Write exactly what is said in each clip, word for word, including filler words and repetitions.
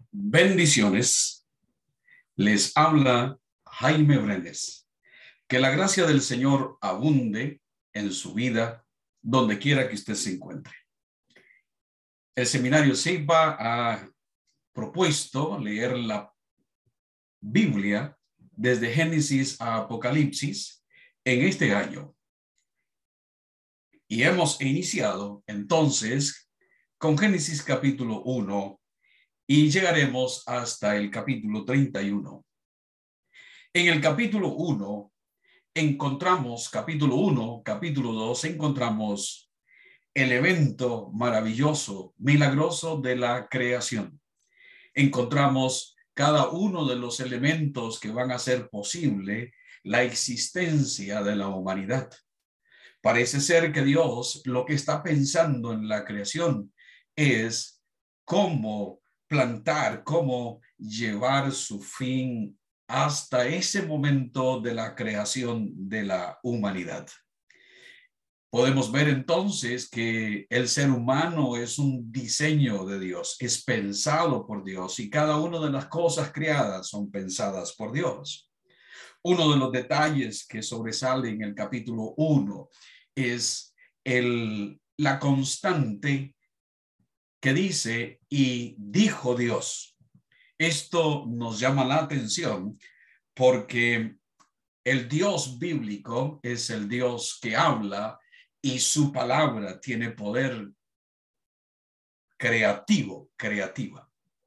Bendiciones. Les habla Jaime Brenes. Que la gracia del Señor abunde en su vida, donde quiera que usted se encuentre. El seminario Ceiba ha propuesto leer la Biblia desde Génesis a Apocalipsis en este año. Y hemos iniciado entonces con Génesis capítulo uno y llegaremos hasta el capítulo treinta y uno. En el capítulo uno encontramos, capítulo uno, capítulo dos, encontramos el evento maravilloso, milagroso de la creación. Encontramos cada uno de los elementos que van a hacer posible la existencia de la humanidad. Parece ser que Dios lo que está pensando en la creación es cómo plantar, cómo llevar su fin hasta ese momento de la creación de la humanidad. Podemos ver entonces que el ser humano es un diseño de Dios, es pensado por Dios y cada una de las cosas creadas son pensadas por Dios. Uno de los detalles que sobresale en el capítulo uno es el, la constante que dice, y dijo Dios. Esto nos llama la atención porque el Dios bíblico es el Dios que habla y su palabra tiene poder creativo, creativa.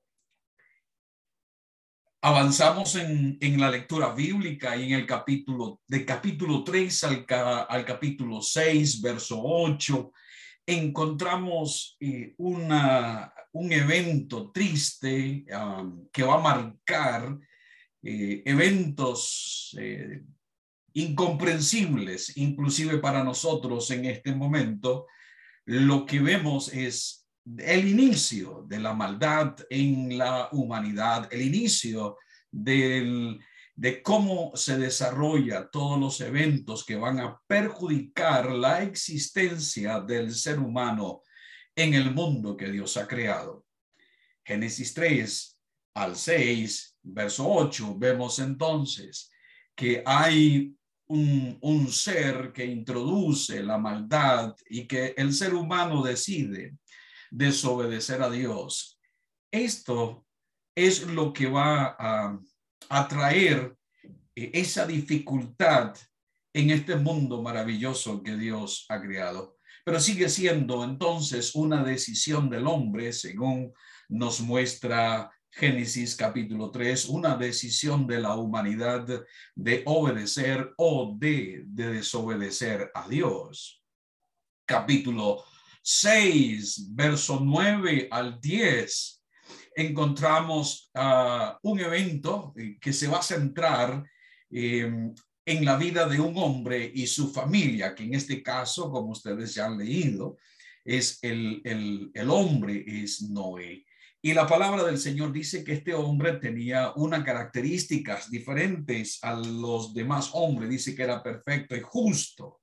Avanzamos en, en la lectura bíblica y en el capítulo, de capítulo tres al, al capítulo seis, verso ocho, encontramos eh, una, un evento triste um, que va a marcar eh, eventos eh, incomprensibles, inclusive para nosotros en este momento. Lo que vemos es el inicio de la maldad en la humanidad, el inicio del, de cómo se desarrolla todos los eventos que van a perjudicar la existencia del ser humano en el mundo que Dios ha creado. Génesis tres al seis, verso ocho, vemos entonces que hay un, un ser que introduce la maldad y que el ser humano decide desobedecer a Dios. Esto es lo que va a, a traer esa dificultad en este mundo maravilloso que Dios ha creado. Pero sigue siendo entonces una decisión del hombre, según nos muestra Génesis capítulo tres, una decisión de la humanidad de obedecer o de, de desobedecer a Dios. Capítulo seis, verso nueve al diez, encontramos uh, un evento que se va a centrar eh, en la vida de un hombre y su familia, que en este caso, como ustedes ya han leído, es el, el, el hombre es Noé. Y la palabra del Señor dice que este hombre tenía unas características diferentes a los demás hombres. Dice que era perfecto y justo.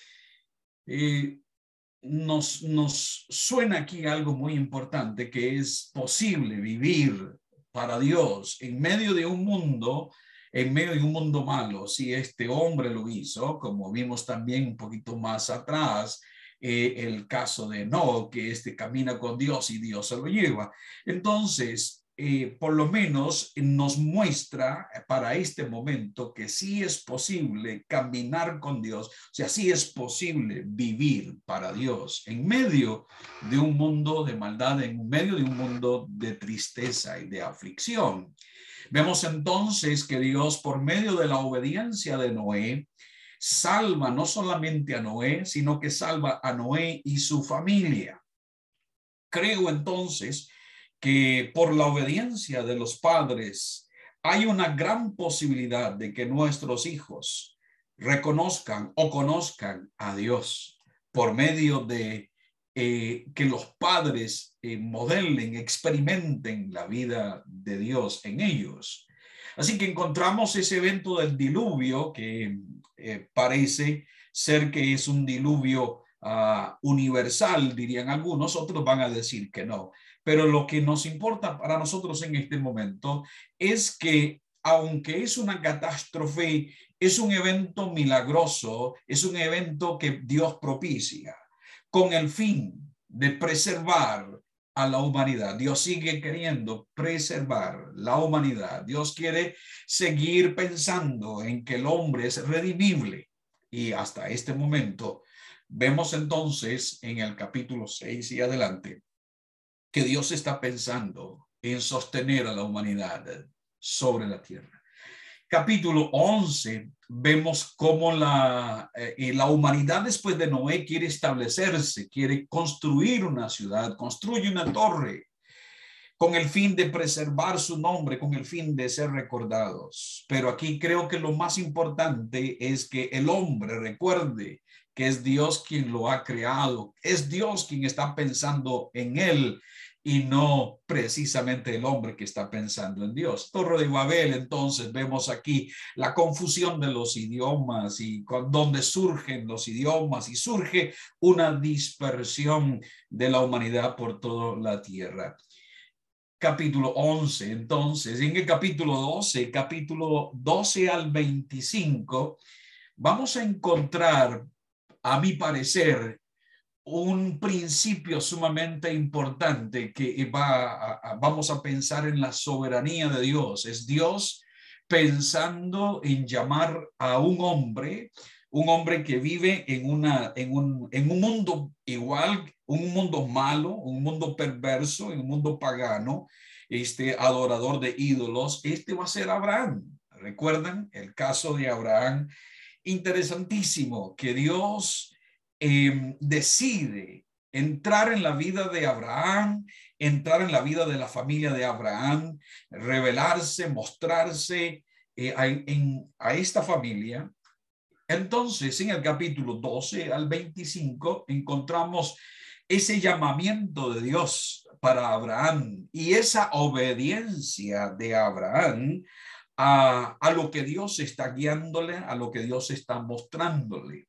Eh, Nos, nos suena aquí algo muy importante, que es posible vivir para Dios en medio de un mundo, en medio de un mundo malo. Si este hombre lo hizo, como vimos también un poquito más atrás, eh, el caso de Enoc, que este camina con Dios y Dios se lo lleva. Entonces, Eh, por lo menos nos muestra para este momento que sí es posible caminar con Dios, o sea, sí es posible vivir para Dios en medio de un mundo de maldad, en medio de un mundo de tristeza y de aflicción. Vemos entonces que Dios, por medio de la obediencia de Noé, salva no solamente a Noé, sino que salva a Noé y su familia. Creo entonces que por la obediencia de los padres hay una gran posibilidad de que nuestros hijos reconozcan o conozcan a Dios por medio de eh, que los padres eh, modelen, experimenten la vida de Dios en ellos. Así que encontramos ese evento del diluvio que eh, parece ser que es un diluvio Uh, universal, dirían algunos, otros van a decir que no. Pero lo que nos importa para nosotros en este momento es que aunque es una catástrofe, es un evento milagroso, es un evento que Dios propicia con el fin de preservar a la humanidad. Dios sigue queriendo preservar la humanidad. Dios quiere seguir pensando en que el hombre es redimible. Y hasta este momento vemos entonces en el capítulo seis y adelante que Dios está pensando en sostener a la humanidad sobre la tierra. Capítulo once, vemos cómo la, eh, la humanidad después de Noé quiere establecerse, quiere construir una ciudad, construye una torre con el fin de preservar su nombre, con el fin de ser recordados. Pero aquí creo que lo más importante es que el hombre recuerde que es Dios quien lo ha creado, es Dios quien está pensando en él y no precisamente el hombre que está pensando en Dios. Torre de Babel, entonces vemos aquí la confusión de los idiomas y con, donde surgen los idiomas y surge una dispersión de la humanidad por toda la tierra. Capítulo once, entonces, en el capítulo doce, capítulo doce al veinticinco, vamos a encontrar, a mi parecer, un principio sumamente importante que va a, a, vamos a pensar en la soberanía de Dios. Es Dios pensando en llamar a un hombre, un hombre que vive en, una, en, un, en un mundo igual, un mundo malo, un mundo perverso, en un mundo pagano, este adorador de ídolos. Este va a ser Abraham. ¿Recuerdan el caso de Abraham? Interesantísimo que Dios eh, decide entrar en la vida de Abraham, entrar en la vida de la familia de Abraham, revelarse, mostrarse eh, a, en, a esta familia. Entonces, en el capítulo doce al veinticinco encontramos ese llamamiento de Dios para Abraham y esa obediencia de Abraham a, a lo que Dios está guiándole, a lo que Dios está mostrándole.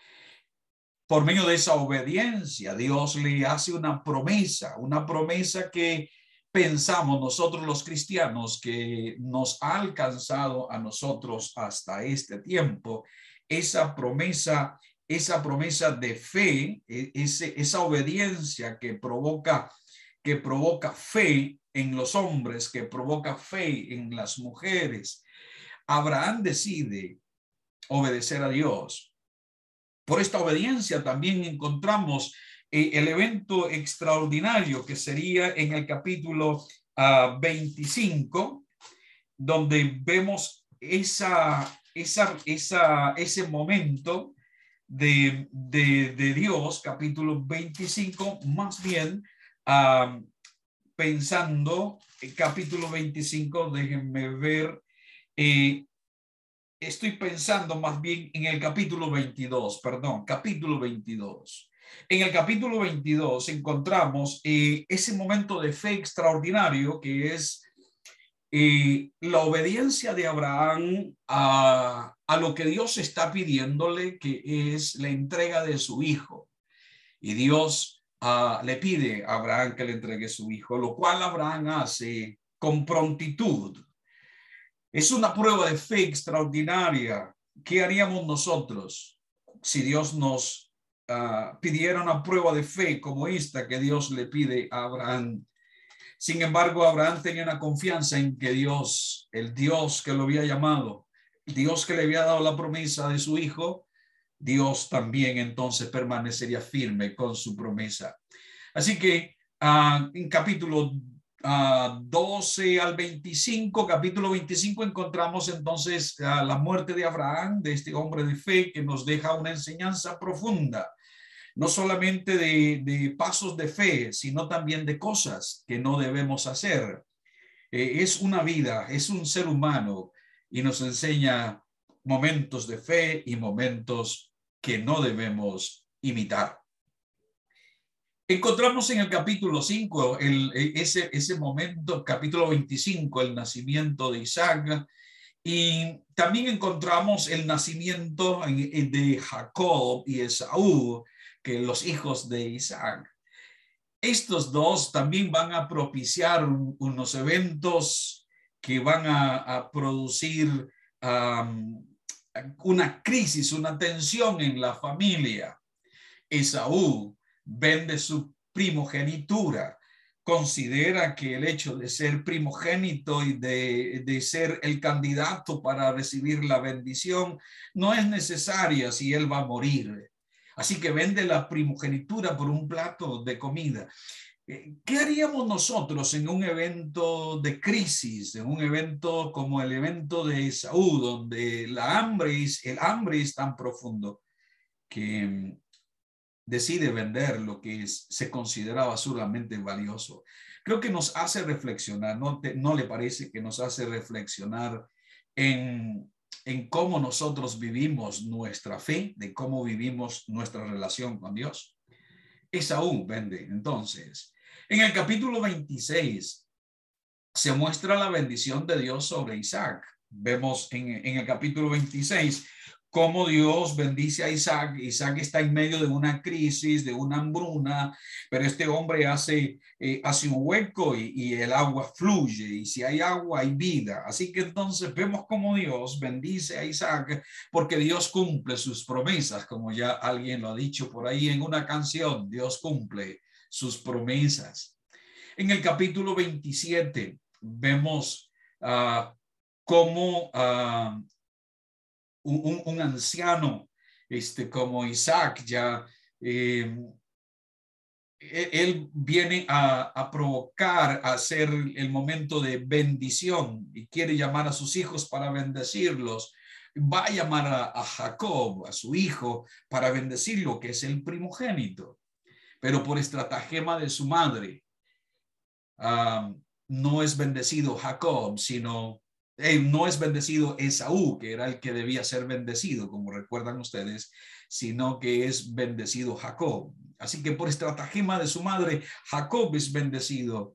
Por medio de esa obediencia, Dios le hace una promesa, una promesa que pensamos nosotros los cristianos que nos ha alcanzado a nosotros hasta este tiempo. Esa promesa, esa promesa de fe, ese, esa obediencia que provoca, que provoca fe en los hombres, que provoca fe en las mujeres. Abraham decide obedecer a Dios. Por esta obediencia también encontramos eh, el evento extraordinario que sería en el capítulo uh, veinticinco, donde vemos esa, esa, esa, ese momento de, de, de Dios, capítulo veinticinco, más bien uh, pensando, el capítulo veinticinco, déjenme ver, eh, estoy pensando más bien en el capítulo veintidós, perdón, capítulo veintidós. En el capítulo veintidós encontramos eh, ese momento de fe extraordinario que es eh, la obediencia de Abraham a, a lo que Dios está pidiéndole, que es la entrega de su hijo. Y Dios uh, le pide a Abraham que le entregue su hijo, lo cual Abraham hace con prontitud. Es una prueba de fe extraordinaria. ¿Qué haríamos nosotros si Dios nos uh, pidiera una prueba de fe como esta que Dios le pide a Abraham? Sin embargo, Abraham tenía una confianza en que Dios, el Dios que lo había llamado, el Dios que le había dado la promesa de su hijo, Dios también entonces permanecería firme con su promesa. Así que uh, en capítulo Uh, doce al veinticinco, capítulo veinticinco, encontramos entonces uh, la muerte de Abraham, de este hombre de fe que nos deja una enseñanza profunda, no solamente de, de pasos de fe, sino también de cosas que no debemos hacer. Eh, es una vida, es un ser humano y nos enseña momentos de fe y momentos que no debemos imitar. Encontramos en el capítulo cinco, el, ese, ese momento, capítulo veinticinco, el nacimiento de Isaac, y también encontramos el nacimiento de Jacob y Esaú, que los hijos de Isaac. estos dos también van a propiciar un, unos eventos que van a, a producir um, una crisis, una tensión en la familia. Esaú vende su primogenitura, considera que el hecho de ser primogénito y de, de ser el candidato para recibir la bendición no es necesaria si él va a morir. Así que vende la primogenitura por un plato de comida. ¿Qué haríamos nosotros en un evento de crisis, en un evento como el evento de Esaú, donde la hambre es, el hambre es tan profundo que decide vender lo que es, se consideraba sumamente valioso? Creo que nos hace reflexionar, ¿no, te, no le parece que nos hace reflexionar en, en cómo nosotros vivimos nuestra fe, de cómo vivimos nuestra relación con Dios? Esaú vende. Entonces, en el capítulo veintiséis se muestra la bendición de Dios sobre Isaac. Vemos en, en el capítulo veintiséis cómo Dios bendice a Isaac. Isaac está en medio de una crisis, de una hambruna, pero este hombre hace, eh, hace un hueco y, y el agua fluye, y si hay agua hay vida. Así que entonces vemos cómo Dios bendice a Isaac, porque Dios cumple sus promesas, como ya alguien lo ha dicho por ahí en una canción. Dios cumple sus promesas. En el capítulo veintisiete vemos uh, cómo uh, un, un anciano este, como Isaac ya eh, él viene a, a provocar, a hacer el momento de bendición y quiere llamar a sus hijos para bendecirlos. Va a llamar a, a Jacob, a su hijo, para bendecirlo, que es el primogénito, pero por estratagema de su madre uh, no es bendecido Jacob, sino eh, no es bendecido Esaú, que era el que debía ser bendecido, como recuerdan ustedes, sino que es bendecido Jacob. Así que por estratagema de su madre, Jacob es bendecido.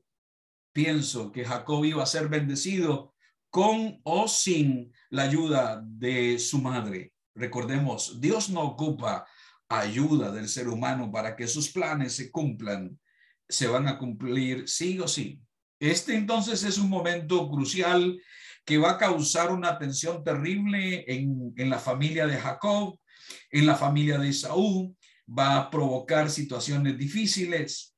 Pienso que Jacob iba a ser bendecido con o sin la ayuda de su madre. Recordemos, Dios no ocupa ayuda del ser humano para que sus planes se cumplan. Se van a cumplir sí o sí. Este entonces es un momento crucial que va a causar una tensión terrible en, en la familia de Jacob, en la familia de Esaú. Va a provocar situaciones difíciles.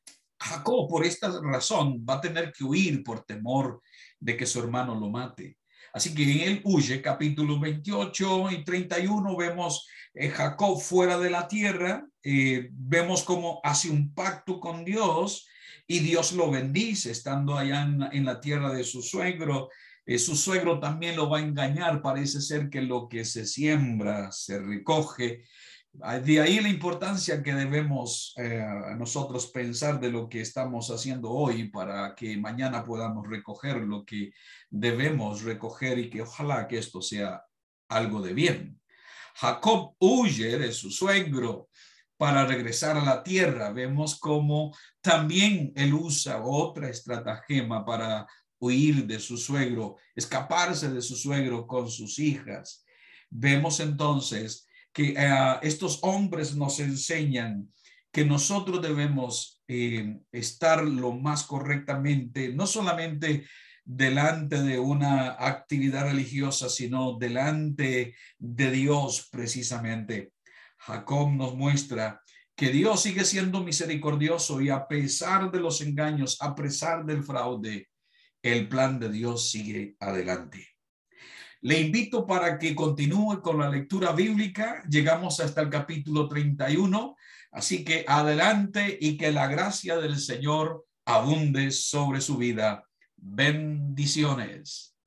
Jacob, por esta razón, va a tener que huir por temor de que su hermano lo mate. Así que él huye. Capítulos veintiocho y treinta y uno vemos eh, Jacob fuera de la tierra. Eh, vemos cómo hace un pacto con Dios y Dios lo bendice estando allá en, en la tierra de su suegro. Eh, su suegro también lo va a engañar. Parece ser que lo que se siembra se recoge. De ahí la importancia que debemos eh, nosotros pensar de lo que estamos haciendo hoy para que mañana podamos recoger lo que debemos recoger y que ojalá que esto sea algo de bien. Jacob huye de su suegro para regresar a la tierra. Vemos cómo también él usa otra estratagema para huir de su suegro, escaparse de su suegro con sus hijas. Vemos entonces que uh, estos hombres nos enseñan que nosotros debemos eh, estar lo más correctamente, no solamente delante de una actividad religiosa, sino delante de Dios precisamente. Jacob nos muestra que Dios sigue siendo misericordioso y a pesar de los engaños, a pesar del fraude, el plan de Dios sigue adelante. Le invito para que continúe con la lectura bíblica. Llegamos hasta el capítulo treinta y uno. Así que adelante y que la gracia del Señor abunde sobre su vida. Bendiciones.